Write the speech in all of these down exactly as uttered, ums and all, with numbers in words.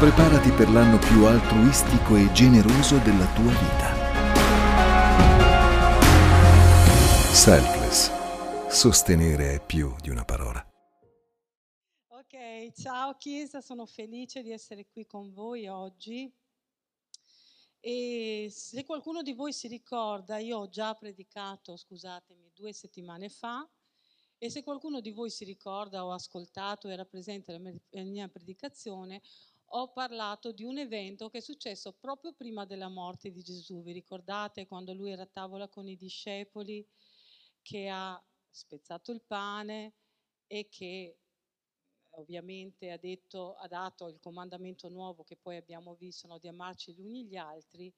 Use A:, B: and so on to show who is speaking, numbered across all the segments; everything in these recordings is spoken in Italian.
A: Preparati per l'anno più altruistico e generoso della tua vita. Selfless. Sostenere è più di una parola.
B: Ok, ciao Chiesa, sono felice di essere qui con voi oggi. E se qualcuno di voi si ricorda, io ho già predicato, scusatemi, due settimane fa, e se qualcuno di voi si ricorda o ha ascoltato, era presente alla mia predicazione, ho parlato di un evento che è successo proprio prima della morte di Gesù. Vi ricordate quando lui era a tavola con i discepoli, che ha spezzato il pane e che ovviamente ha, detto, ha dato il comandamento nuovo che poi abbiamo visto, no, di amarci gli uni gli altri.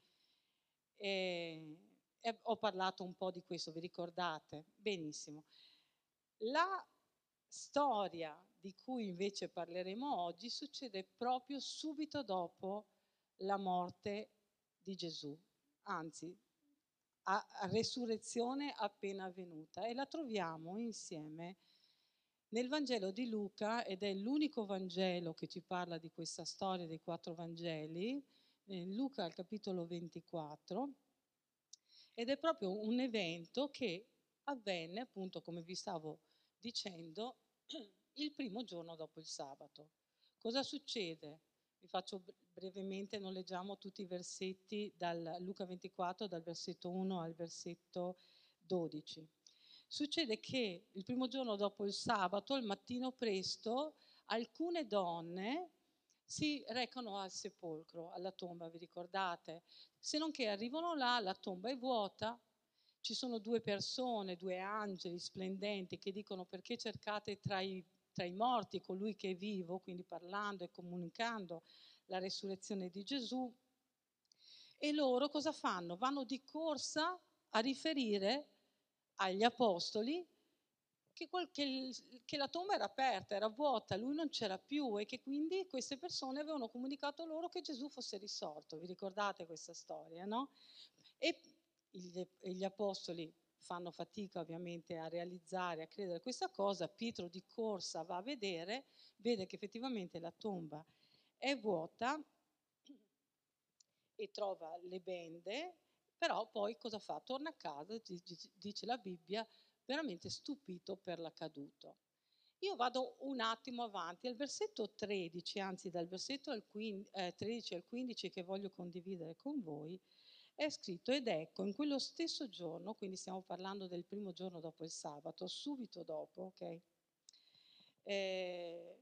B: E, e ho parlato un po' di questo, vi ricordate? Benissimo. La storia di cui invece parleremo oggi succede proprio subito dopo la morte di Gesù, anzi a, a resurrezione appena avvenuta, e la troviamo insieme nel Vangelo di Luca, ed è l'unico Vangelo che ci parla di questa storia dei quattro Vangeli, in Luca al capitolo ventiquattro, ed è proprio un evento che avvenne, appunto come vi stavo dicendo, il primo giorno dopo il sabato. Cosa succede? Vi faccio brevemente, non leggiamo tutti i versetti dal Luca ventiquattro, dal versetto uno al versetto dodici. Succede che il primo giorno dopo il sabato, il mattino presto, alcune donne si recano al sepolcro, alla tomba, vi ricordate? Se non che arrivano là, la tomba è vuota, ci sono due persone, due angeli splendenti che dicono: perché cercate tra i, tra i morti colui che è vivo, quindi parlando e comunicando la resurrezione di Gesù. E loro cosa fanno? Vanno di corsa a riferire agli apostoli che, quel, che, che la tomba era aperta, era vuota, lui non c'era più, e che quindi queste persone avevano comunicato loro che Gesù fosse risorto. Vi ricordate questa storia, no? E gli, gli apostoli fanno fatica ovviamente a realizzare, a credere a questa cosa. Pietro di corsa va a vedere, vede che effettivamente la tomba è vuota e trova le bende, però poi cosa fa? Torna a casa, dice la Bibbia, veramente stupito per l'accaduto. Io vado un attimo avanti, al versetto tredici, anzi dal versetto al quindici, eh, tredici al quindici, che voglio condividere con voi, è scritto: ed ecco, in quello stesso giorno, quindi stiamo parlando del primo giorno dopo il sabato, subito dopo, ok? Eh,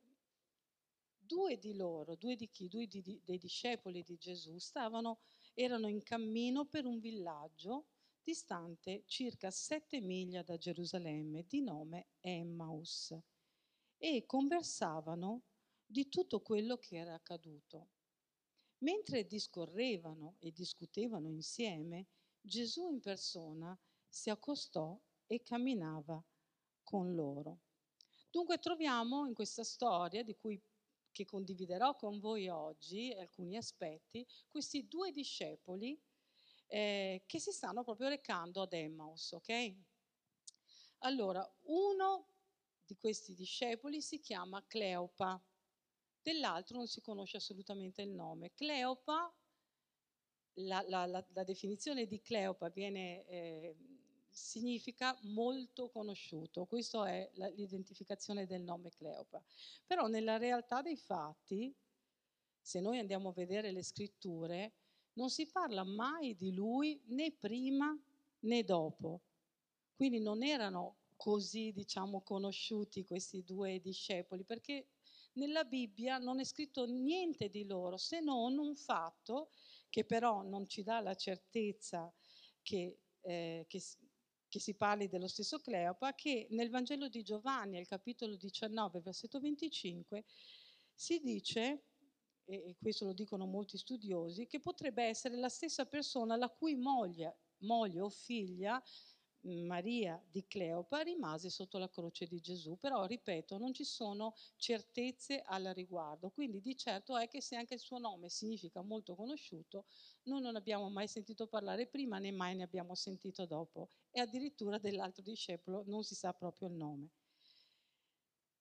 B: due di loro, due di chi? Due di, di, dei discepoli di Gesù stavano, erano in cammino per un villaggio distante circa sette miglia da Gerusalemme, di nome Emmaus, e conversavano di tutto quello che era accaduto. Mentre discorrevano e discutevano insieme, Gesù in persona si accostò e camminava con loro. Dunque troviamo in questa storia, di cui che condividerò con voi oggi alcuni aspetti, questi due discepoli eh, che si stanno proprio recando ad Emmaus, ok? Allora, uno di questi discepoli si chiama Cleopa, dell'altro non si conosce assolutamente il nome. Cleopa, la, la, la, la definizione di Cleopa viene, eh, significa molto conosciuto, questa è la, l'identificazione del nome Cleopa. Però nella realtà dei fatti, se noi andiamo a vedere le scritture, non si parla mai di lui né prima né dopo. Quindi non erano così, diciamo, conosciuti questi due discepoli, perché nella Bibbia non è scritto niente di loro, se non un fatto che però non ci dà la certezza che, eh, che, che si parli dello stesso Cleopa, che nel Vangelo di Giovanni, al capitolo diciannove, versetto venticinque, si dice, e questo lo dicono molti studiosi, che potrebbe essere la stessa persona la cui moglie, moglie o figlia, Maria di Cleopa, rimase sotto la croce di Gesù. Però, ripeto, non ci sono certezze al riguardo. Quindi di certo è che se anche il suo nome significa molto conosciuto, noi non abbiamo mai sentito parlare prima né mai ne abbiamo sentito dopo. E addirittura dell'altro discepolo non si sa proprio il nome.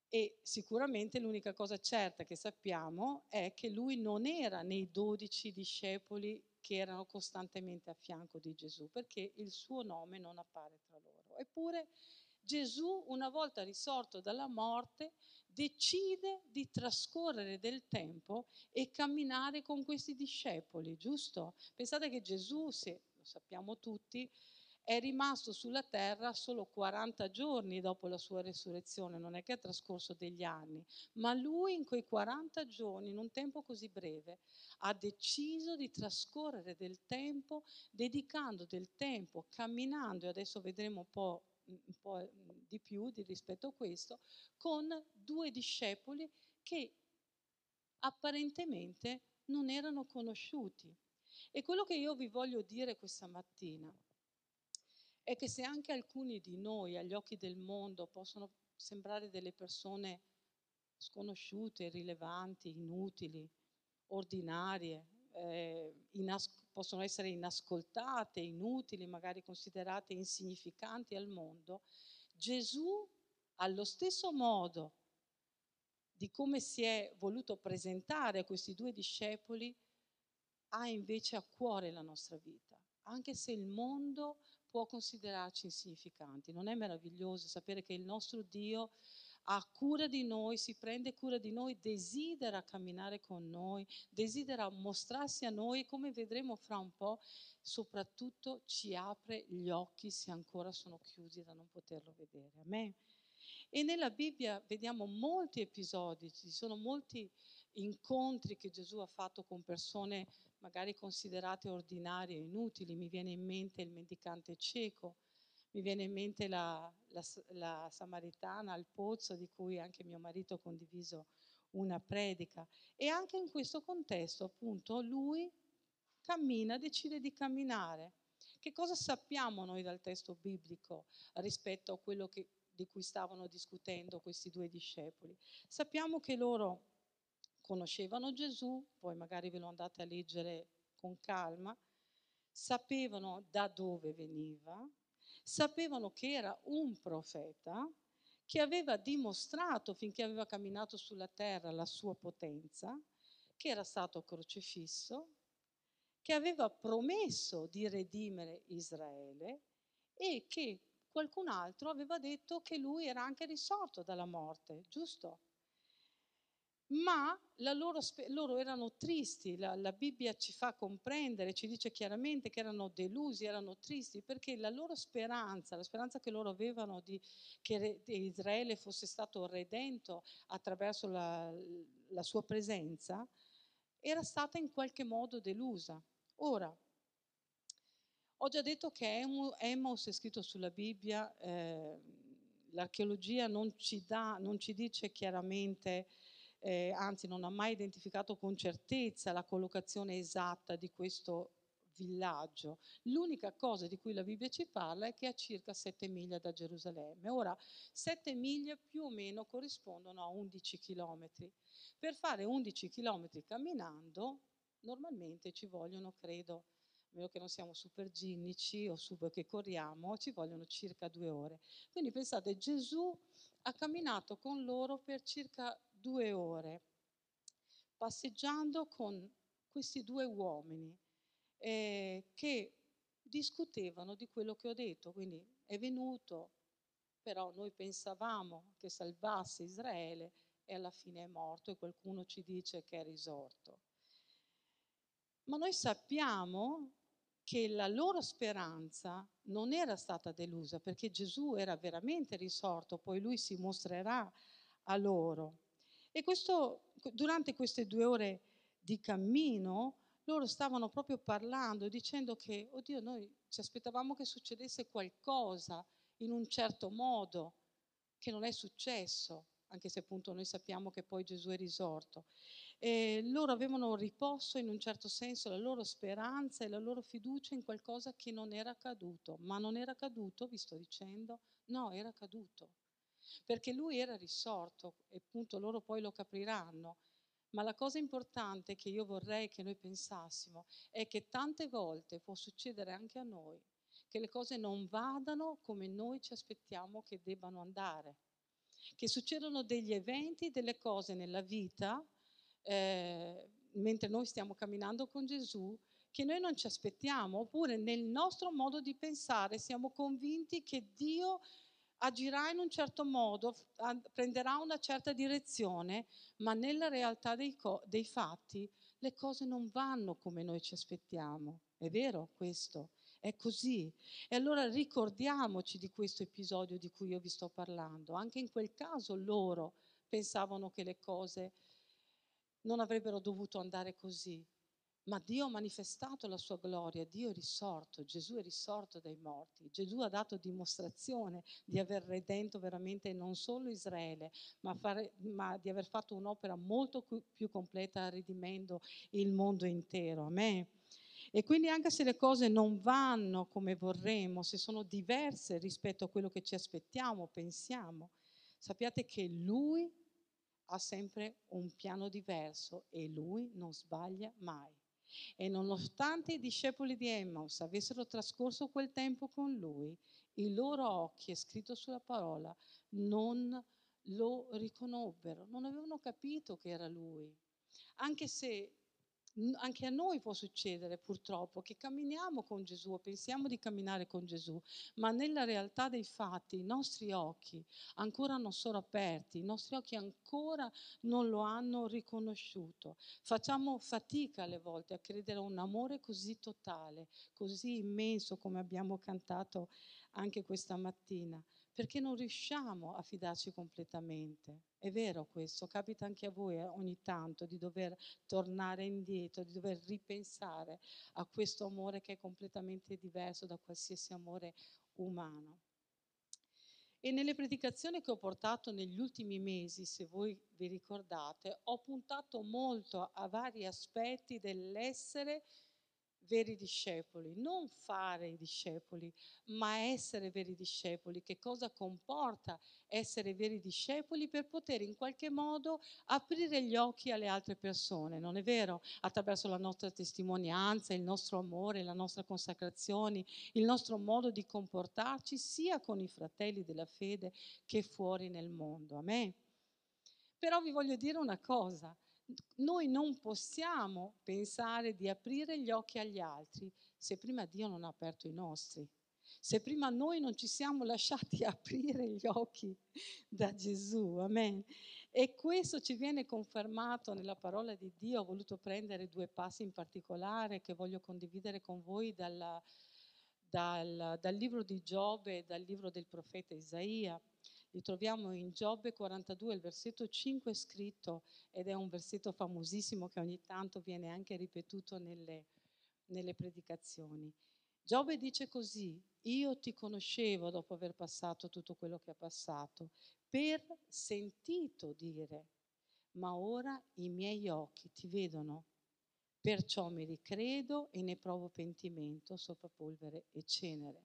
B: E sicuramente l'unica cosa certa che sappiamo è che lui non era nei dodici discepoli che erano costantemente a fianco di Gesù, perché il suo nome non appare tra loro. Eppure Gesù, una volta risorto dalla morte, decide di trascorrere del tempo e camminare con questi discepoli, giusto? Pensate che Gesù, se lo sappiamo tutti, è rimasto sulla terra solo quaranta giorni dopo la sua resurrezione, non è che è trascorso degli anni, ma lui in quei quaranta giorni, in un tempo così breve, ha deciso di trascorrere del tempo, dedicando del tempo, camminando, e adesso vedremo un po', un po' di più di rispetto a questo, con due discepoli che apparentemente non erano conosciuti. E quello che io vi voglio dire questa mattina è che se anche alcuni di noi agli occhi del mondo possono sembrare delle persone sconosciute, irrilevanti, inutili, ordinarie, eh, inas- possono essere inascoltate, inutili, magari considerate insignificanti al mondo, Gesù, allo stesso modo di come si è voluto presentare a questi due discepoli, ha invece a cuore la nostra vita, anche se il mondo può considerarci insignificanti. Non è meraviglioso sapere che il nostro Dio ha cura di noi, si prende cura di noi, desidera camminare con noi, desidera mostrarsi a noi e, come vedremo fra un po', soprattutto ci apre gli occhi se ancora sono chiusi da non poterlo vedere. Amen. E nella Bibbia vediamo molti episodi, ci sono molti incontri che Gesù ha fatto con persone magari considerate ordinarie e inutili. Mi viene in mente il mendicante cieco, mi viene in mente la, la, la Samaritana al pozzo, di cui anche mio marito ha condiviso una predica. E anche in questo contesto, appunto, lui cammina, decide di camminare. Che cosa sappiamo noi dal testo biblico rispetto a quello che, di cui stavano discutendo questi due discepoli? Sappiamo che loro conoscevano Gesù, poi magari ve lo andate a leggere con calma, sapevano da dove veniva, sapevano che era un profeta che aveva dimostrato, finché aveva camminato sulla terra, la sua potenza, che era stato crocifisso, che aveva promesso di redimere Israele e che qualcun altro aveva detto che lui era anche risorto dalla morte, giusto? Ma la loro, loro erano tristi, la, la Bibbia ci fa comprendere, ci dice chiaramente che erano delusi, erano tristi, perché la loro speranza, la speranza che loro avevano di che Israele fosse stato redento attraverso la, la sua presenza, era stata in qualche modo delusa. Ora, ho già detto che Emmaus è scritto sulla Bibbia, eh, l'archeologia non ci dà, non ci dice chiaramente, eh, anzi non ha mai identificato con certezza la collocazione esatta di questo villaggio. L'unica cosa di cui la Bibbia ci parla è che è a circa sette miglia da Gerusalemme. Ora, sette miglia più o meno corrispondono a undici chilometri. Per fare undici chilometri camminando, normalmente ci vogliono, credo, a meno che non siamo super ginnici o super che corriamo, ci vogliono circa due ore. Quindi pensate, Gesù ha camminato con loro per circa due ore, passeggiando con questi due uomini eh, che discutevano di quello che ho detto. Quindi è venuto, però noi pensavamo che salvasse Israele e alla fine è morto, e qualcuno ci dice che è risorto. Ma noi sappiamo che la loro speranza non era stata delusa, perché Gesù era veramente risorto, poi lui si mostrerà a loro. E questo, durante queste due ore di cammino, loro stavano proprio parlando, dicendo che, oddio, noi ci aspettavamo che succedesse qualcosa in un certo modo, che non è successo, anche se appunto noi sappiamo che poi Gesù è risorto. E loro avevano riposto in un certo senso la loro speranza e la loro fiducia in qualcosa che non era accaduto. Ma non era accaduto, vi sto dicendo? No, era accaduto. Perché lui era risorto e appunto loro poi lo capiranno. Ma la cosa importante che io vorrei che noi pensassimo è che tante volte può succedere anche a noi che le cose non vadano come noi ci aspettiamo che debbano andare. che succedono degli eventi, delle cose nella vita, eh, mentre noi stiamo camminando con Gesù, che noi non ci aspettiamo, oppure nel nostro modo di pensare siamo convinti che Dio agirà in un certo modo, prenderà una certa direzione, ma nella realtà dei, co- dei fatti le cose non vanno come noi ci aspettiamo. È vero questo? È così. E allora ricordiamoci di questo episodio di cui io vi sto parlando. Anche in quel caso loro pensavano che le cose non avrebbero dovuto andare così. Ma Dio ha manifestato la sua gloria, Dio è risorto, Gesù è risorto dai morti, Gesù ha dato dimostrazione di aver redento veramente non solo Israele, ma, fare, ma di aver fatto un'opera molto più completa redimendo il mondo intero. Amen. E quindi anche se le cose non vanno come vorremmo, se sono diverse rispetto a quello che ci aspettiamo, pensiamo, sappiate che Lui ha sempre un piano diverso e Lui non sbaglia mai. E nonostante i discepoli di Emmaus avessero trascorso quel tempo con lui, i loro occhi, è scritto sulla parola, non lo riconobbero, non avevano capito che era lui. Anche se anche a noi può succedere purtroppo che camminiamo con Gesù o pensiamo di camminare con Gesù, ma nella realtà dei fatti i nostri occhi ancora non sono aperti, i nostri occhi ancora non lo hanno riconosciuto. Facciamo fatica alle volte a credere a un amore così totale, così immenso come abbiamo cantato anche questa mattina, perché non riusciamo a fidarci completamente. È vero questo, capita anche a voi eh, ogni tanto di dover tornare indietro, di dover ripensare a questo amore che è completamente diverso da qualsiasi amore umano. E nelle predicazioni che ho portato negli ultimi mesi, se voi vi ricordate, ho puntato molto a vari aspetti dell'essere veri discepoli, non fare i discepoli, ma essere veri discepoli. Che cosa comporta essere veri discepoli per poter in qualche modo aprire gli occhi alle altre persone, non è vero? Attraverso la nostra testimonianza, il nostro amore, la nostra consacrazione, il nostro modo di comportarci sia con i fratelli della fede che fuori nel mondo. Amen. Però vi voglio dire una cosa, noi non possiamo pensare di aprire gli occhi agli altri se prima Dio non ha aperto i nostri, se prima noi non ci siamo lasciati aprire gli occhi da Gesù, amen. E questo ci viene confermato nella parola di Dio. Ho voluto prendere due passi in particolare che voglio condividere con voi dalla, dal, dal libro di Giobbe e dal libro del profeta Isaia. Li troviamo in Giobbe quarantadue, il versetto cinque è scritto, ed è un versetto famosissimo che ogni tanto viene anche ripetuto nelle, nelle predicazioni. Giobbe dice così: io ti conoscevo dopo aver passato tutto quello che ha passato, per sentito dire, ma ora i miei occhi ti vedono, perciò mi ricredo e ne provo pentimento sopra polvere e cenere.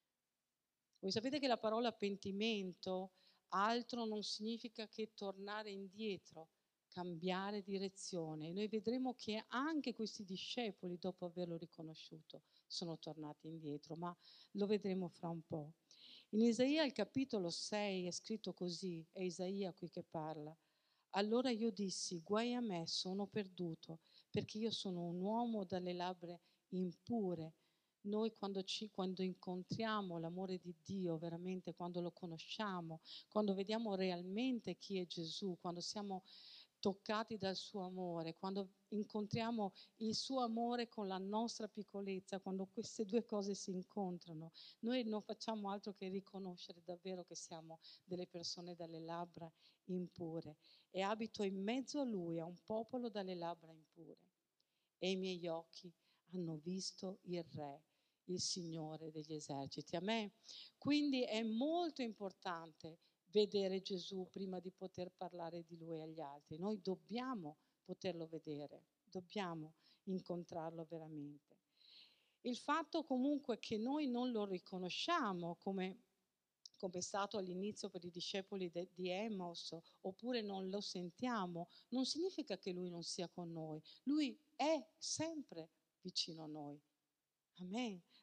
B: Voi sapete che la parola pentimento altro non significa che tornare indietro, cambiare direzione. E noi vedremo che anche questi discepoli, dopo averlo riconosciuto, sono tornati indietro, ma lo vedremo fra un po'. In Isaia il capitolo sei è scritto così, è Isaia qui che parla. Allora io dissi, guai a me, sono perduto, perché io sono un uomo dalle labbra impure. Noi quando, ci, quando incontriamo l'amore di Dio, veramente quando lo conosciamo, quando vediamo realmente chi è Gesù, quando siamo toccati dal suo amore, quando incontriamo il suo amore con la nostra piccolezza, quando queste due cose si incontrano, noi non facciamo altro che riconoscere davvero che siamo delle persone dalle labbra impure. E abito in mezzo a Lui, a un popolo dalle labbra impure. E i miei occhi hanno visto il Re, il Signore degli eserciti. A me quindi è molto importante vedere Gesù prima di poter parlare di Lui agli altri. Noi dobbiamo poterlo vedere, dobbiamo incontrarlo veramente. Il fatto comunque che noi non lo riconosciamo come come è stato all'inizio per i discepoli de, di Emmaus, oppure non lo sentiamo, non significa che Lui non sia con noi. Lui è sempre vicino a noi. Amen.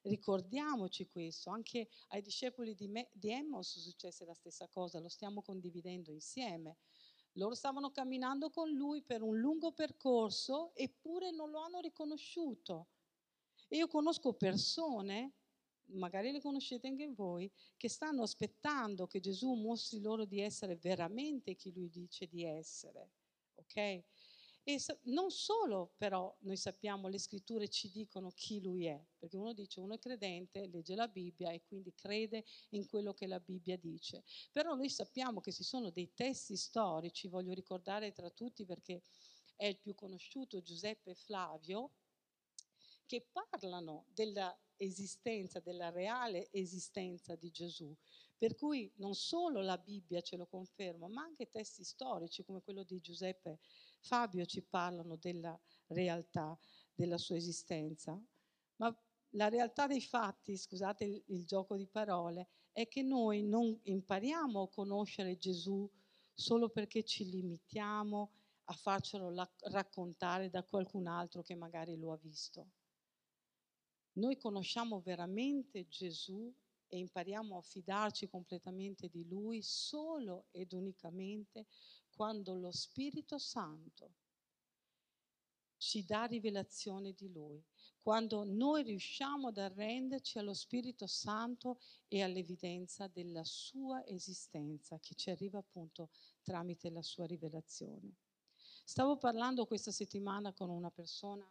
B: Ricordiamoci questo, anche ai discepoli di, Me- di Emmaus successe la stessa cosa, lo stiamo condividendo insieme. Loro stavano camminando con lui per un lungo percorso, eppure non lo hanno riconosciuto. E io conosco persone, magari le conoscete anche voi, che stanno aspettando che Gesù mostri loro di essere veramente chi lui dice di essere, ok? E non solo però noi sappiamo, le scritture ci dicono chi lui è, perché uno dice uno è credente, legge la Bibbia e quindi crede in quello che la Bibbia dice. Però noi sappiamo che ci sono dei testi storici, voglio ricordare tra tutti perché è il più conosciuto, Giuseppe Flavio, che parlano della esistenza, della reale esistenza di Gesù. Per cui non solo la Bibbia ce lo conferma, ma anche testi storici come quello di Giuseppe Fabio ci parlano della realtà della sua esistenza. Ma la realtà dei fatti, scusate il, il gioco di parole, è che noi non impariamo a conoscere Gesù solo perché ci limitiamo a farcelo la- raccontare da qualcun altro che magari lo ha visto. Noi conosciamo veramente Gesù e impariamo a fidarci completamente di Lui solo ed unicamente quando lo Spirito Santo ci dà rivelazione di Lui, quando noi riusciamo ad arrenderci allo Spirito Santo e all'evidenza della sua esistenza che ci arriva appunto tramite la sua rivelazione. Stavo parlando questa settimana con una persona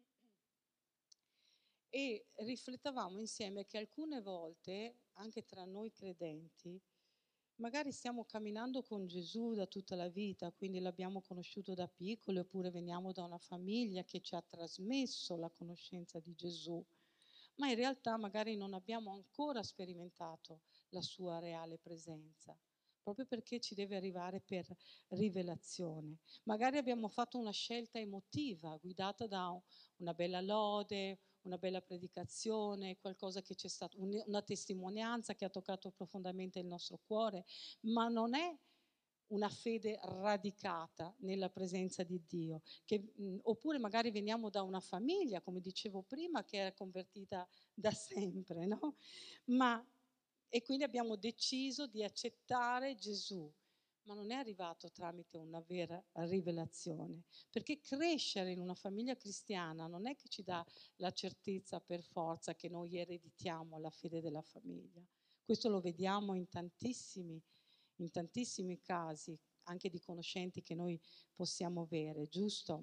B: e riflettavamo insieme che alcune volte, anche tra noi credenti, magari stiamo camminando con Gesù da tutta la vita, quindi l'abbiamo conosciuto da piccoli, oppure veniamo da una famiglia che ci ha trasmesso la conoscenza di Gesù, ma in realtà magari non abbiamo ancora sperimentato la sua reale presenza, proprio perché ci deve arrivare per rivelazione. Magari abbiamo fatto una scelta emotiva, guidata da una bella lode, una bella predicazione, qualcosa che c'è stato, una testimonianza che ha toccato profondamente il nostro cuore, ma non è una fede radicata nella presenza di Dio, che, mh, oppure magari veniamo da una famiglia, come dicevo prima, che era convertita da sempre, no? Ma, e quindi abbiamo deciso di accettare Gesù, ma non è arrivato tramite una vera rivelazione, perché crescere in una famiglia cristiana non è che ci dà la certezza per forza che noi ereditiamo la fede della famiglia. Questo lo vediamo in tantissimi, in tantissimi casi, anche di conoscenti che noi possiamo avere, giusto?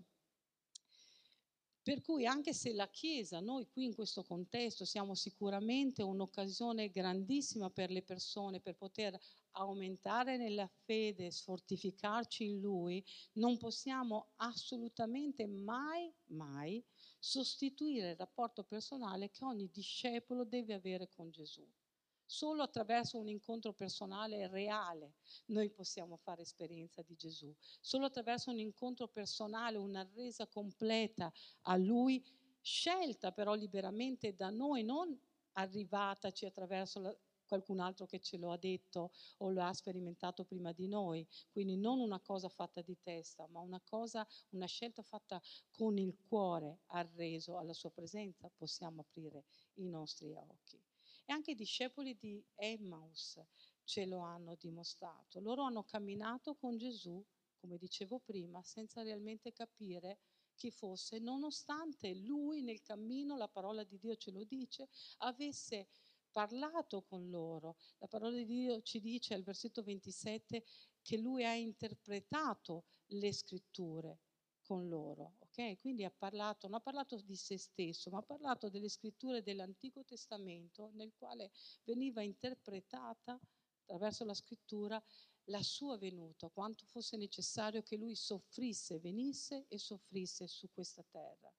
B: Per cui anche se la Chiesa, noi qui in questo contesto siamo sicuramente un'occasione grandissima per le persone per poter aumentare nella fede, sfortificarci in Lui, non possiamo assolutamente mai, mai sostituire il rapporto personale che ogni discepolo deve avere con Gesù. Solo attraverso un incontro personale e reale noi possiamo fare esperienza di Gesù. Solo attraverso un incontro personale, una resa completa a Lui, scelta però liberamente da noi, non arrivataci attraverso la, qualcun altro che ce lo ha detto o lo ha sperimentato prima di noi. Quindi non una cosa fatta di testa, ma una cosa, una scelta fatta con il cuore arreso alla sua presenza, possiamo aprire i nostri occhi. E anche i discepoli di Emmaus ce lo hanno dimostrato. Loro hanno camminato con Gesù, come dicevo prima, senza realmente capire chi fosse, nonostante lui nel cammino, la parola di Dio ce lo dice, avesse parlato con loro. La parola di Dio ci dice al versetto ventisette che lui ha interpretato le scritture con loro, ok? Quindi ha parlato, non ha parlato di se stesso, ma ha parlato delle scritture dell'Antico Testamento nel quale veniva interpretata attraverso la scrittura la sua venuta, quanto fosse necessario che lui soffrisse, venisse e soffrisse su questa terra.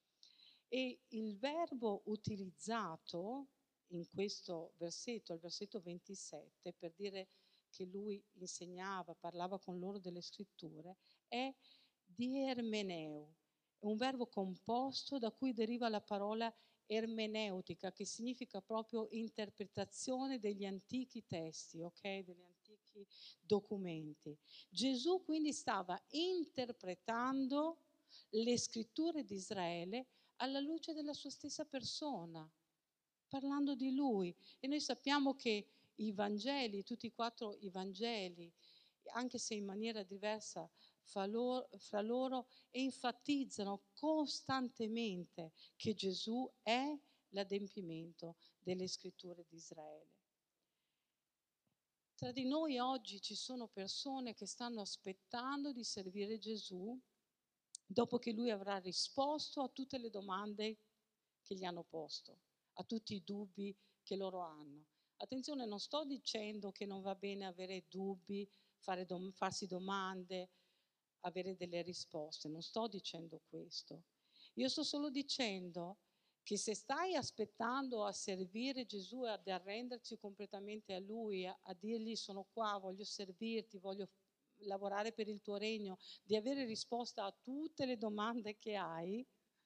B: E il verbo utilizzato in questo versetto, al versetto ventisette, per dire che lui insegnava, parlava con loro delle scritture, è diermeneu, è un verbo composto da cui deriva la parola ermeneutica, che significa proprio interpretazione degli antichi testi, ok? Degli antichi documenti. Gesù quindi stava interpretando le scritture di Israele alla luce della sua stessa persona. parlando di Lui. E noi sappiamo che i Vangeli, tutti e quattro i Vangeli, anche se in maniera diversa fra loro, fra loro enfatizzano costantemente che Gesù è l'adempimento delle scritture di Israele. Tra di noi oggi ci sono persone che stanno aspettando di servire Gesù dopo che Lui avrà risposto a tutte le domande che gli hanno posto, a tutti i dubbi che loro hanno. Attenzione, non sto dicendo che non va bene avere dubbi, fare dom- farsi domande, avere delle risposte, non sto dicendo questo. Io sto solo dicendo che se stai aspettando a servire Gesù e ad arrenderci completamente a Lui, a, a dirgli sono qua, voglio servirti, voglio lavorare per il tuo regno, di avere risposta a tutte le domande che hai,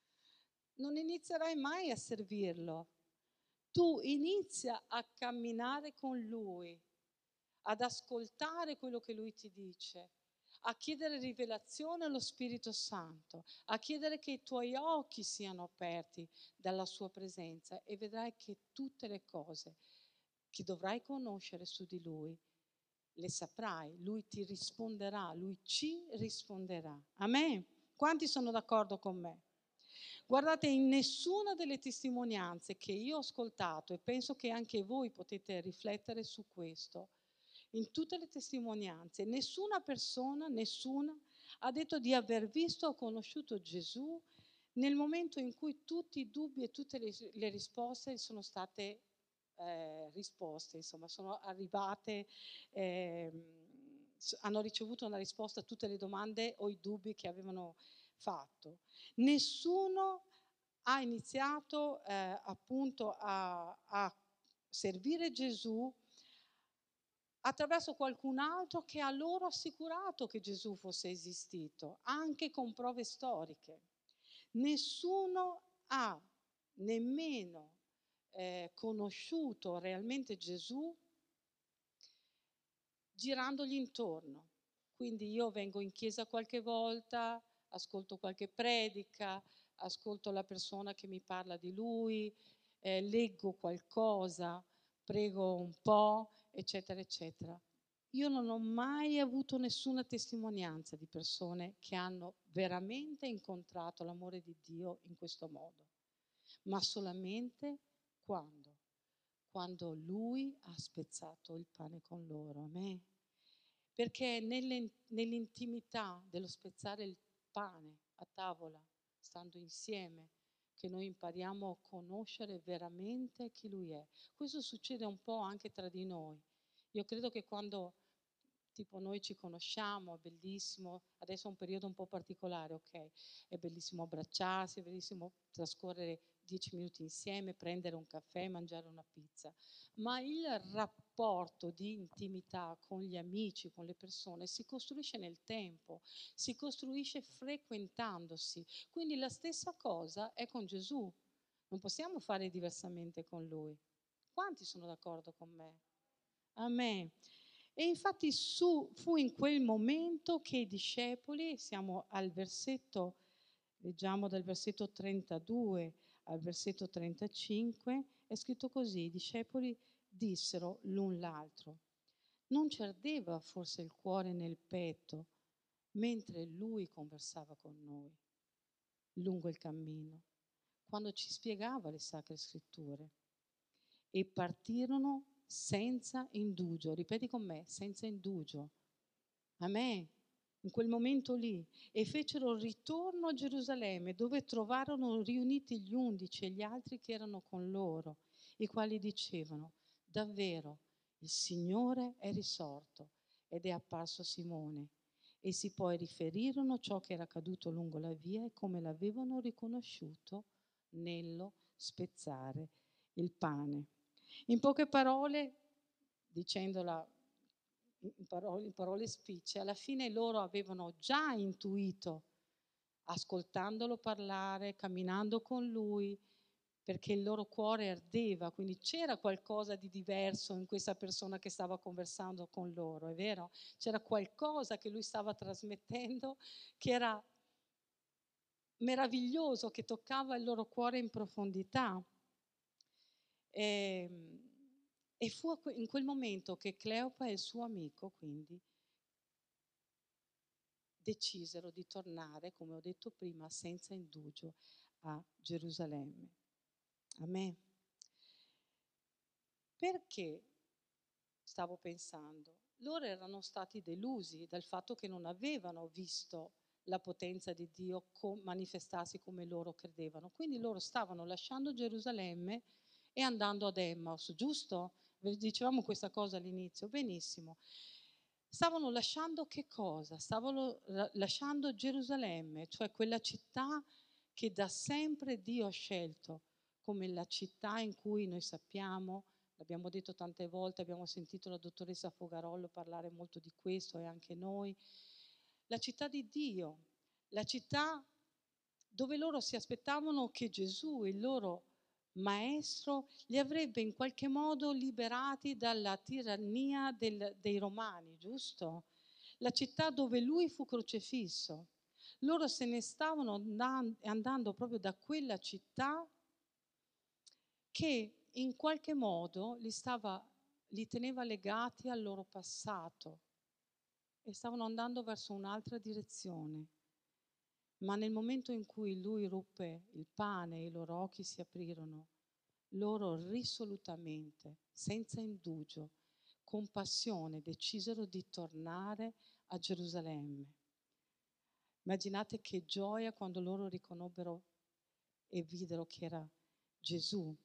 B: non inizierai mai a servirlo. Tu inizia a camminare con Lui, ad ascoltare quello che Lui ti dice, a chiedere rivelazione allo Spirito Santo, a chiedere che i tuoi occhi siano aperti dalla sua presenza e vedrai che tutte le cose che dovrai conoscere su di Lui le saprai, Lui ti risponderà, Lui ci risponderà. Amen? Quanti sono d'accordo con me? Guardate, in nessuna delle testimonianze che io ho ascoltato, e penso che anche voi potete riflettere su questo, in tutte le testimonianze, nessuna persona, nessuna, ha detto di aver visto o conosciuto Gesù nel momento in cui tutti i dubbi e tutte le, le risposte sono state eh, risposte, insomma, sono arrivate, eh, hanno ricevuto una risposta a tutte le domande o i dubbi che avevano fatto. Nessuno ha iniziato eh, appunto a, a servire Gesù attraverso qualcun altro che ha loro assicurato che Gesù fosse esistito, anche con prove storiche. Nessuno ha nemmeno eh, conosciuto realmente Gesù girandogli intorno. Quindi io vengo in chiesa qualche volta, ascolto qualche predica, ascolto la persona che mi parla di lui, eh, leggo qualcosa, prego un po', eccetera, eccetera. Io non ho mai avuto nessuna testimonianza di persone che hanno veramente incontrato l'amore di Dio in questo modo, ma solamente quando? Quando Lui ha spezzato il pane con loro. Amen. Perché nell'intimità dello spezzare il pane a tavola, stando insieme, che noi impariamo a conoscere veramente chi Lui è. Questo succede un po' anche tra di noi. Io credo che quando tipo noi ci conosciamo, è bellissimo, adesso è un periodo un po' particolare, ok? È bellissimo abbracciarsi, è bellissimo trascorrere dieci minuti insieme, prendere un caffè, mangiare una pizza, ma il rapporto di intimità con gli amici, con le persone, si costruisce nel tempo, si costruisce frequentandosi. Quindi la stessa cosa è con Gesù, non possiamo fare diversamente con Lui. Quanti sono d'accordo con me? Amen. E infatti su, fu in quel momento che i discepoli, siamo al versetto, leggiamo dal versetto trentadue al versetto trentacinque, è scritto così: i discepoli dissero l'un l'altro: non ci ardeva forse il cuore nel petto mentre lui conversava con noi lungo il cammino, quando ci spiegava le sacre scritture? E partirono senza indugio. Ripeti con me: senza indugio. Amen. In quel momento lì, e fecero ritorno a Gerusalemme, dove trovarono riuniti gli undici e gli altri che erano con loro, i quali dicevano: davvero il Signore è risorto ed è apparso a Simone. Essi poi riferirono ciò che era accaduto lungo la via e come l'avevano riconosciuto nello spezzare il pane. In poche parole, dicendola in parole, in parole spicce, alla fine loro avevano già intuito, ascoltandolo parlare, camminando con lui, perché il loro cuore ardeva, quindi c'era qualcosa di diverso in questa persona che stava conversando con loro, è vero? C'era qualcosa che lui stava trasmettendo che era meraviglioso, che toccava il loro cuore in profondità. E, e fu in quel momento che Cleopa e il suo amico, quindi, decisero di tornare, come ho detto prima, senza indugio a Gerusalemme. Amen. Perché stavo pensando? Loro erano stati delusi dal fatto che non avevano visto la potenza di Dio manifestarsi come loro credevano. Quindi loro stavano lasciando Gerusalemme e andando ad Emmaus, giusto? Dicevamo questa cosa all'inizio, benissimo. Stavano lasciando che cosa? Stavano lasciando Gerusalemme, cioè quella città che da sempre Dio ha scelto come la città in cui noi sappiamo, l'abbiamo detto tante volte, abbiamo sentito la dottoressa Fogarollo parlare molto di questo e anche noi, la città di Dio, la città dove loro si aspettavano che Gesù, il loro maestro, li avrebbe in qualche modo liberati dalla tirannia del, dei Romani, giusto? La città dove lui fu crocifisso. Loro se ne stavano andando, andando proprio da quella città che in qualche modo li, stava, li teneva legati al loro passato e stavano andando verso un'altra direzione. Ma nel momento in cui lui ruppe il pane e i loro occhi si aprirono, loro risolutamente, senza indugio, con passione, decisero di tornare a Gerusalemme. Immaginate che gioia quando loro riconobbero e videro che era Gesù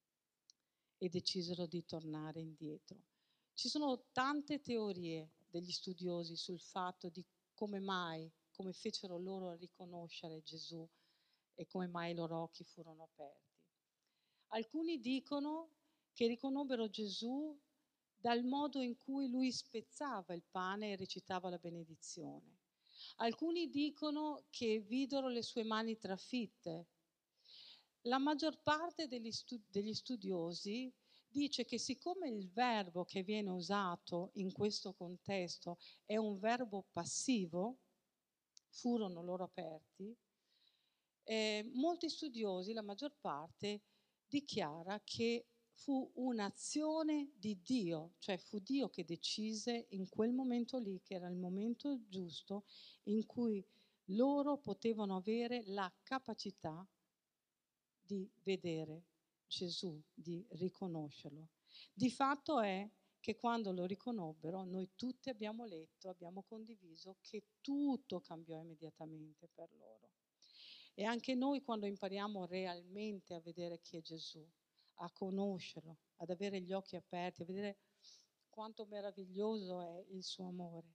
B: e decisero di tornare indietro. Ci sono tante teorie degli studiosi sul fatto di come mai, come fecero loro a riconoscere Gesù e come mai i loro occhi furono aperti. Alcuni dicono che riconobbero Gesù dal modo in cui lui spezzava il pane e recitava la benedizione. Alcuni dicono che videro le sue mani trafitte. La maggior parte degli, studi- degli studiosi dice che siccome il verbo che viene usato in questo contesto è un verbo passivo, furono loro aperti, eh, molti studiosi, la maggior parte, dichiara che fu un'azione di Dio, cioè fu Dio che decise in quel momento lì, che era il momento giusto, in cui loro potevano avere la capacità di vedere Gesù, di riconoscerlo. Di fatto è che quando lo riconobbero, noi tutti abbiamo letto, abbiamo condiviso che tutto cambiò immediatamente per loro. E anche noi quando impariamo realmente a vedere chi è Gesù, a conoscerlo, ad avere gli occhi aperti, a vedere quanto meraviglioso è il suo amore,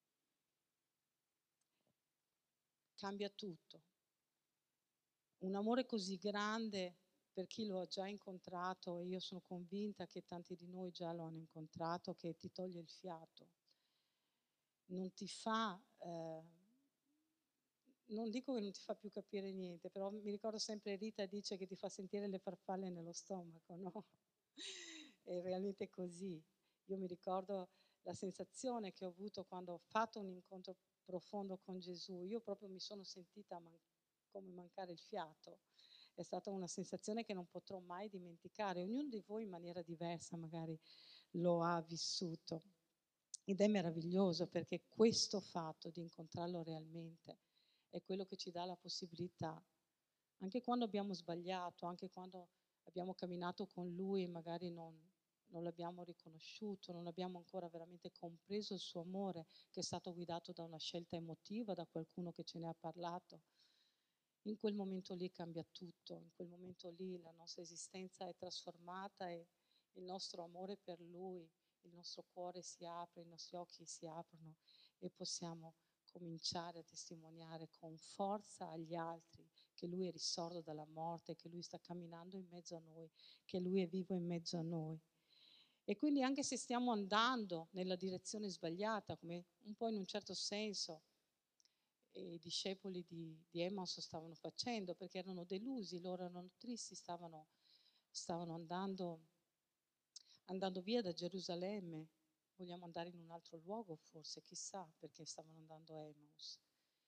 B: cambia tutto. Un amore così grande per chi lo ha già incontrato, e io sono convinta che tanti di noi già lo hanno incontrato, che ti toglie il fiato. Non ti fa, eh, non dico che non ti fa più capire niente, però mi ricordo sempre Rita dice che ti fa sentire le farfalle nello stomaco, no? È realmente così. Io mi ricordo la sensazione che ho avuto quando ho fatto un incontro profondo con Gesù. Io proprio mi sono sentita man- come mancare il fiato. È stata una sensazione che non potrò mai dimenticare. Ognuno di voi in maniera diversa magari lo ha vissuto. Ed è meraviglioso perché questo fatto di incontrarlo realmente è quello che ci dà la possibilità, anche quando abbiamo sbagliato, anche quando abbiamo camminato con lui e magari non, non l'abbiamo riconosciuto, non abbiamo ancora veramente compreso il suo amore, che è stato guidato da una scelta emotiva, da qualcuno che ce ne ha parlato. In quel momento lì cambia tutto, in quel momento lì la nostra esistenza è trasformata e il nostro amore per lui, il nostro cuore si apre, i nostri occhi si aprono e possiamo cominciare a testimoniare con forza agli altri che lui è risorto dalla morte, che lui sta camminando in mezzo a noi, che lui è vivo in mezzo a noi. E quindi anche se stiamo andando nella direzione sbagliata, come un po' in un certo senso i discepoli di, di Emmaus stavano facendo, perché erano delusi, loro erano tristi, stavano, stavano andando, andando via da Gerusalemme. Vogliamo andare in un altro luogo forse, chissà, perché stavano andando a Emmaus.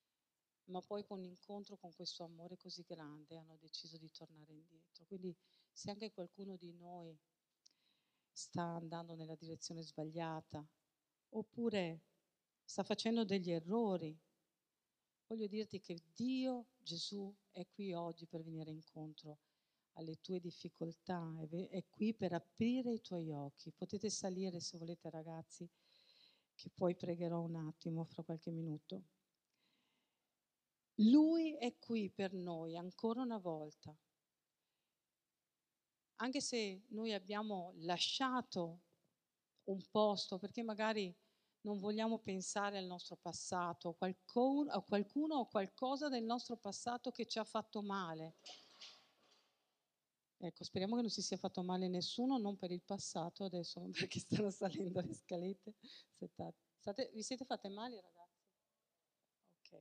B: Ma poi con l'incontro con questo amore così grande hanno deciso di tornare indietro. Quindi se anche qualcuno di noi sta andando nella direzione sbagliata, oppure sta facendo degli errori, voglio dirti che Dio, Gesù, è qui oggi per venire incontro alle tue difficoltà, è, è qui per aprire i tuoi occhi. Potete salire se volete, ragazzi, che poi pregherò un attimo, fra qualche minuto. Lui è qui per noi ancora una volta. Anche se noi abbiamo lasciato un posto, perché magari non vogliamo pensare al nostro passato, a qualcuno, a qualcuno o qualcosa del nostro passato che ci ha fatto male. Ecco, speriamo che non si sia fatto male nessuno, non per il passato adesso, perché stanno salendo le scalette. State, vi siete fatte male, ragazzi? Ok.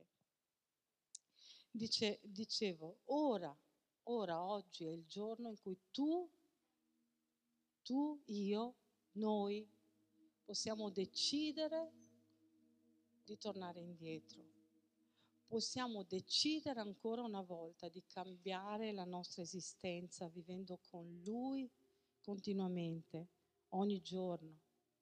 B: Dice, dicevo, ora, ora, oggi è il giorno in cui tu, tu, io, noi possiamo decidere di tornare indietro. Possiamo decidere ancora una volta di cambiare la nostra esistenza vivendo con Lui continuamente, ogni giorno.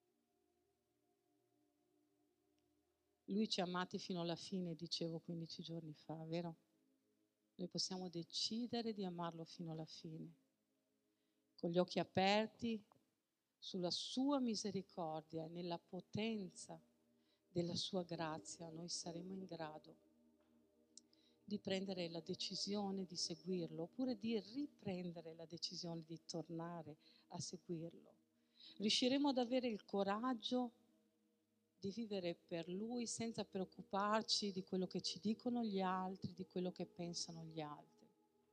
B: Lui ci ha amati fino alla fine, dicevo quindici giorni fa, vero? Noi possiamo decidere di amarlo fino alla fine, con gli occhi aperti sulla sua misericordia e nella potenza della sua grazia noi saremo in grado di prendere la decisione di seguirlo, oppure di riprendere la decisione di tornare a seguirlo. Riusciremo ad avere il coraggio di vivere per Lui senza preoccuparci di quello che ci dicono gli altri, di quello che pensano gli altri.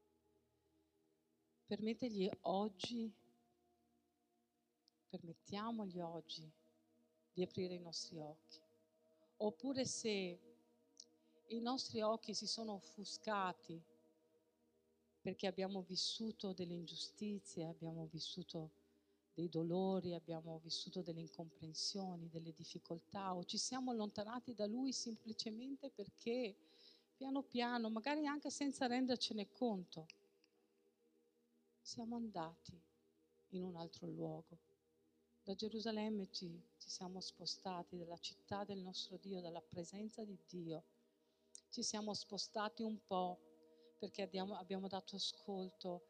B: Permettegli oggi, permettiamogli oggi di aprire i nostri occhi. Oppure se i nostri occhi si sono offuscati perché abbiamo vissuto delle ingiustizie, abbiamo vissuto dei dolori, abbiamo vissuto delle incomprensioni, delle difficoltà, o ci siamo allontanati da Lui semplicemente perché piano piano, magari anche senza rendercene conto, siamo andati in un altro luogo. Da Gerusalemme ci, ci siamo spostati dalla città del nostro Dio, dalla presenza di Dio. Ci siamo spostati un po' perché abbiamo, abbiamo dato ascolto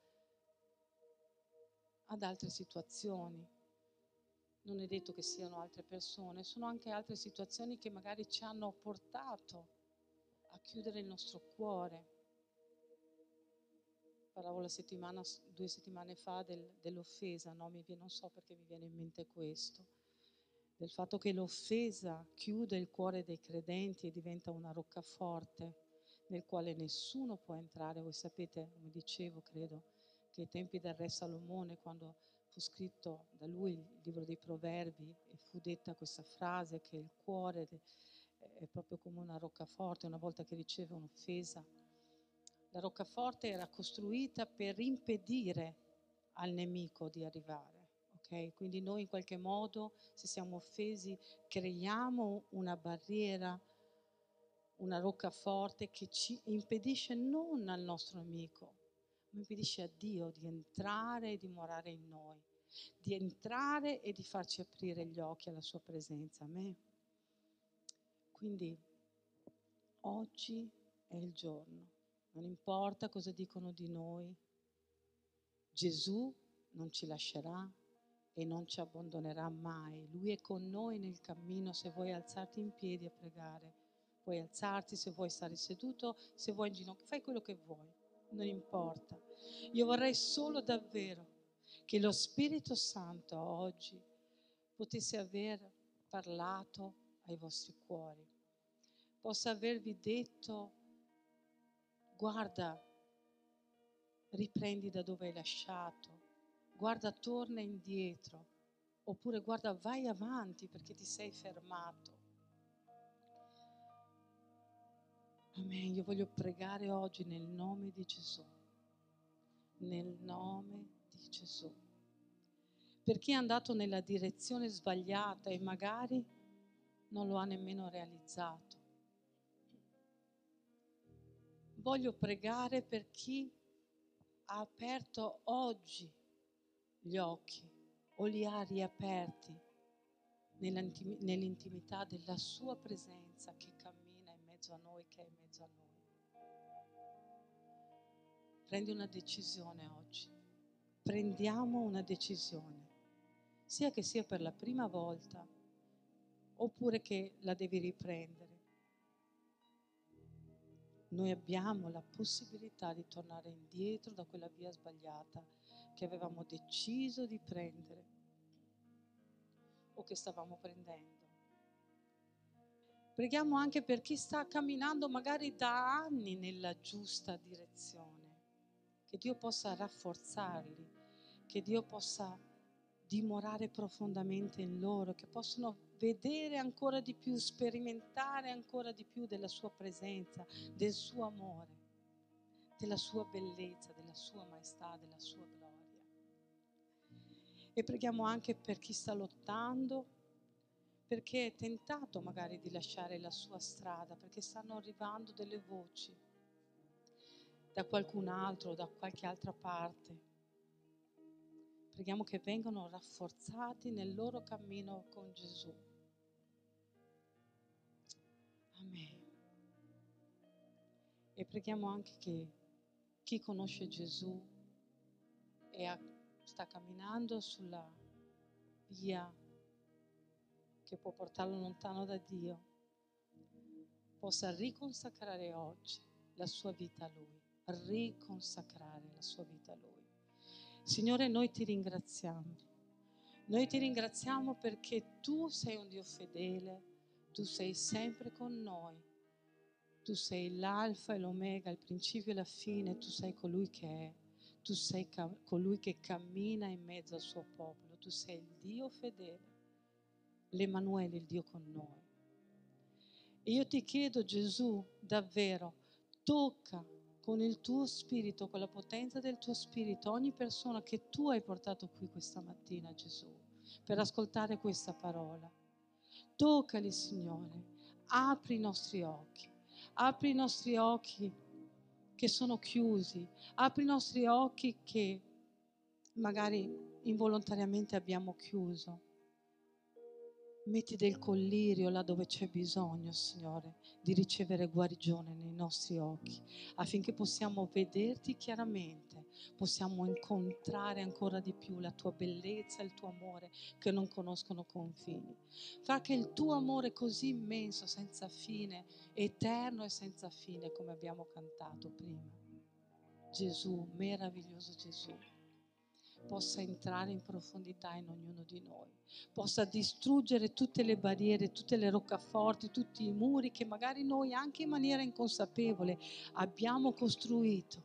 B: ad altre situazioni. Non è detto che siano altre persone, sono anche altre situazioni che magari ci hanno portato a chiudere il nostro cuore. Parlavo la settimana, due settimane fa del, dell'offesa, no? Mi viene, non so perché mi viene in mente questo, del fatto che l'offesa chiude il cuore dei credenti e diventa una roccaforte nel quale nessuno può entrare. Voi sapete, come dicevo, credo, che ai tempi del re Salomone, quando fu scritto da lui il libro dei Proverbi, e fu detta questa frase che il cuore è proprio come una roccaforte, una volta che riceve un'offesa. La roccaforte era costruita per impedire al nemico di arrivare, ok? Quindi noi in qualche modo, se siamo offesi, creiamo una barriera, una roccaforte che ci impedisce non al nostro amico, ma impedisce a Dio di entrare e dimorare in noi, di entrare e di farci aprire gli occhi alla sua presenza. Amen. Quindi oggi è il giorno. Non importa cosa dicono di noi, Gesù non ci lascerà e non ci abbandonerà mai. Lui è con noi nel cammino. Se vuoi alzarti in piedi a pregare, puoi alzarti, se vuoi stare seduto, se vuoi in ginocchio, fai quello che vuoi, non importa. Io vorrei solo davvero che lo Spirito Santo oggi potesse aver parlato ai vostri cuori, possa avervi detto: guarda, riprendi da dove hai lasciato, guarda, torna indietro, oppure guarda, vai avanti perché ti sei fermato. Amen. Io voglio pregare oggi nel nome di Gesù, nel nome di Gesù. Per chi è andato nella direzione sbagliata e magari non lo ha nemmeno realizzato. Voglio pregare per chi ha aperto oggi gli occhi o li ha riaperti nell'intimità della sua presenza che cammina in mezzo a noi, che è in mezzo a noi. Prendi una decisione oggi. Prendiamo una decisione, sia che sia per la prima volta oppure che la devi riprendere. Noi abbiamo la possibilità di tornare indietro da quella via sbagliata che avevamo deciso di prendere o che stavamo prendendo. Preghiamo anche per chi sta camminando magari da anni nella giusta direzione, che Dio possa rafforzarli, che Dio possa dimorare profondamente in loro, che possano vedere ancora di più, sperimentare ancora di più della sua presenza, del suo amore, della sua bellezza, della sua maestà, della sua gloria. E preghiamo anche per chi sta lottando, perché è tentato magari di lasciare la sua strada, perché stanno arrivando delle voci da qualcun altro, da qualche altra parte. Preghiamo che vengano rafforzati nel loro cammino con Gesù. Amen. E preghiamo anche che chi conosce Gesù e ha, sta camminando sulla via che può portarlo lontano da Dio, possa riconsacrare oggi la sua vita a Lui, riconsacrare la sua vita a Lui. Signore, noi ti ringraziamo. Noi ti ringraziamo perché tu sei un Dio fedele, tu sei sempre con noi. Tu sei l'alfa e l'omega, il principio e la fine, tu sei colui che è, tu sei colui che cammina in mezzo al suo popolo, tu sei il Dio fedele, l'Emanuele, il Dio con noi. E io ti chiedo, Gesù, davvero, tocca con il tuo spirito, con la potenza del tuo spirito, ogni persona che tu hai portato qui questa mattina, Gesù, per ascoltare questa parola. Toccali, Signore, apri i nostri occhi. Apri i nostri occhi che sono chiusi, apri i nostri occhi che magari involontariamente abbiamo chiuso. Metti del collirio là dove c'è bisogno, Signore, di ricevere guarigione nei nostri occhi, affinché possiamo vederti chiaramente, possiamo incontrare ancora di più la tua bellezza e il tuo amore che non conoscono confini. Fa che il tuo amore così immenso, senza fine, eterno e senza fine, come abbiamo cantato prima, Gesù, meraviglioso Gesù, possa entrare in profondità in ognuno di noi, possa distruggere tutte le barriere, tutte le roccaforti, tutti i muri che magari noi anche in maniera inconsapevole abbiamo costruito,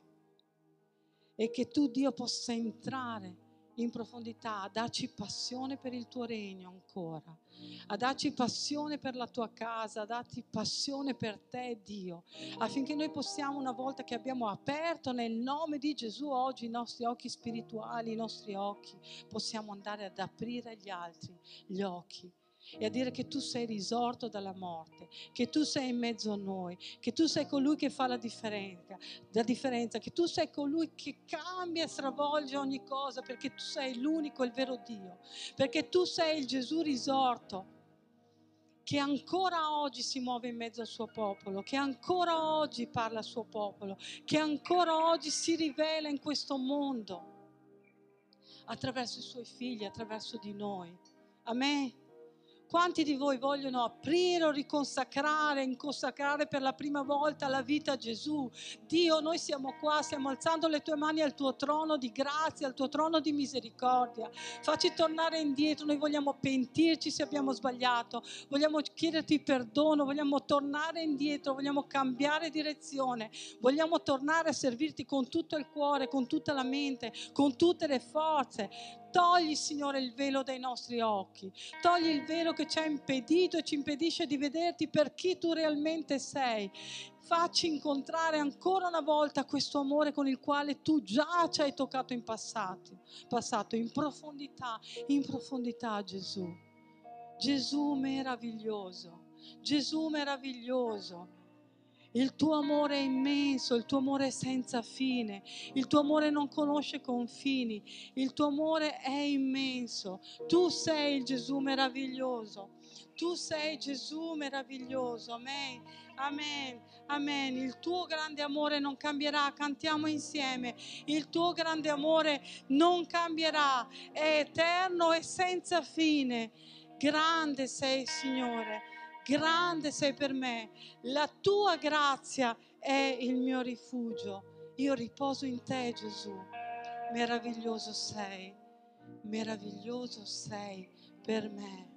B: e che tu, Dio, possa entrare in profondità, a darci passione per il tuo regno ancora, a darci passione per la tua casa, a darci passione per te, Dio, affinché noi possiamo, una volta che abbiamo aperto nel nome di Gesù oggi i nostri occhi spirituali, i nostri occhi, possiamo andare ad aprire agli altri gli occhi e a dire che tu sei risorto dalla morte, che tu sei in mezzo a noi, che tu sei colui che fa la differenza, la differenza, che tu sei colui che cambia e stravolge ogni cosa, perché tu sei l'unico e il vero Dio, perché tu sei il Gesù risorto che ancora oggi si muove in mezzo al suo popolo, che ancora oggi parla al suo popolo, che ancora oggi si rivela in questo mondo attraverso i suoi figli, attraverso di noi. Amen. Quanti di voi vogliono aprire o riconsacrare, inconsacrare per la prima volta la vita a Gesù? Dio, noi siamo qua, stiamo alzando le tue mani al tuo trono di grazia, al tuo trono di misericordia. Facci tornare indietro, noi vogliamo pentirci se abbiamo sbagliato, vogliamo chiederti perdono, vogliamo tornare indietro, vogliamo cambiare direzione, vogliamo tornare a servirti con tutto il cuore, con tutta la mente, con tutte le forze. Togli, Signore, il velo dai nostri occhi, togli il velo che ci ha impedito e ci impedisce di vederti per chi tu realmente sei. Facci incontrare ancora una volta questo amore con il quale tu già ci hai toccato in passato, passato in profondità, in profondità, Gesù. Gesù meraviglioso, Gesù meraviglioso. Il tuo amore è immenso, il tuo amore è senza fine, il tuo amore non conosce confini, il tuo amore è immenso. Tu sei il Gesù meraviglioso, tu sei Gesù meraviglioso, amen, amen, amen. Il tuo grande amore non cambierà, cantiamo insieme, il tuo grande amore non cambierà, è eterno e senza fine. Grande sei, Signore, grande sei per me, la tua grazia è il mio rifugio, io riposo in te, Gesù. Meraviglioso sei, meraviglioso sei per me.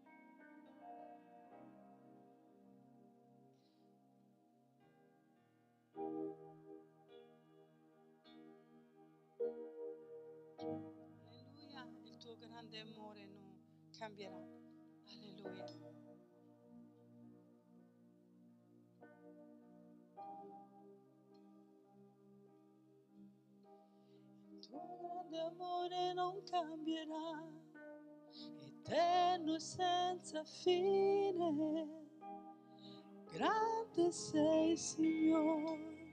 B: Alleluia, il tuo grande amore non cambierà. Alleluia. Il tuo grande amore non cambierà, eterno e senza fine. Grande sei, Signore,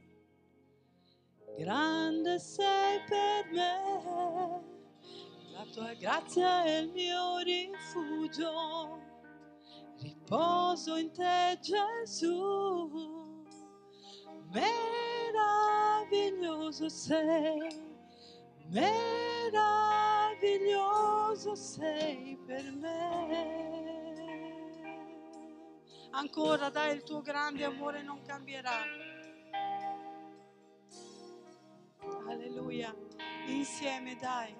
B: grande sei per me. La tua grazia è il mio rifugio, riposo in te, Gesù. Meraviglioso sei, meraviglioso sei per me. Ancora, dai, il tuo grande amore non cambierà. Alleluia, insieme, dai.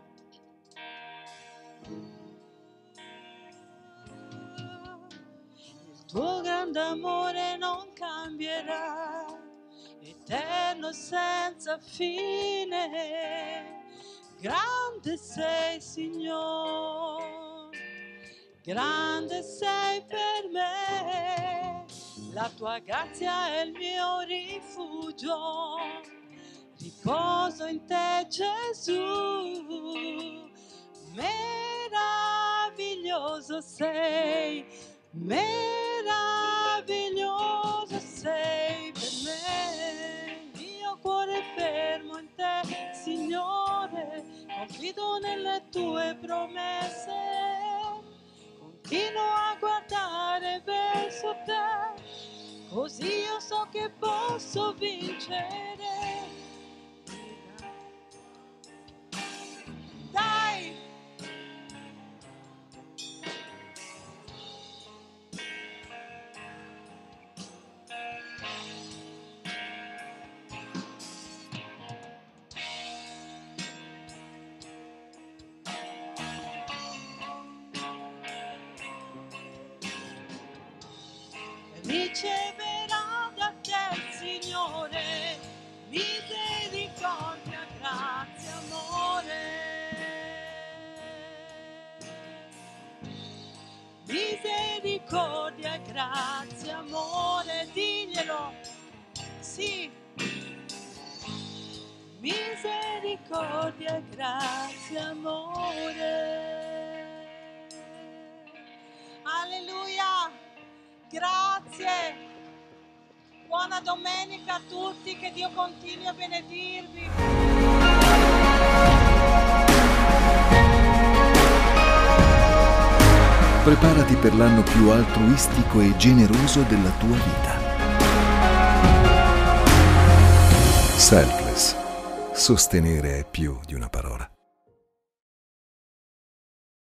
B: Il tuo grande amore non cambierà, eterno senza fine. Grande sei, Signore, grande sei per me. La tua grazia è il mio rifugio, riposo in te, Gesù. Meraviglioso sei, meraviglioso sei per me. Il mio cuore è fermo in te, Signore, confido nelle tue promesse, continuo a guardare verso te, così io so che posso vincere. Dai! Riceverà da te, Signore, misericordia, grazia, amore. Misericordia, grazia, amore, diglielo, sì. Misericordia, grazia, amore. Alleluia. Grazie, buona domenica a tutti, che Dio continui a benedirvi.
A: Preparati per l'anno più altruistico e generoso della tua vita. Selfless. Sostenere è più di una parola.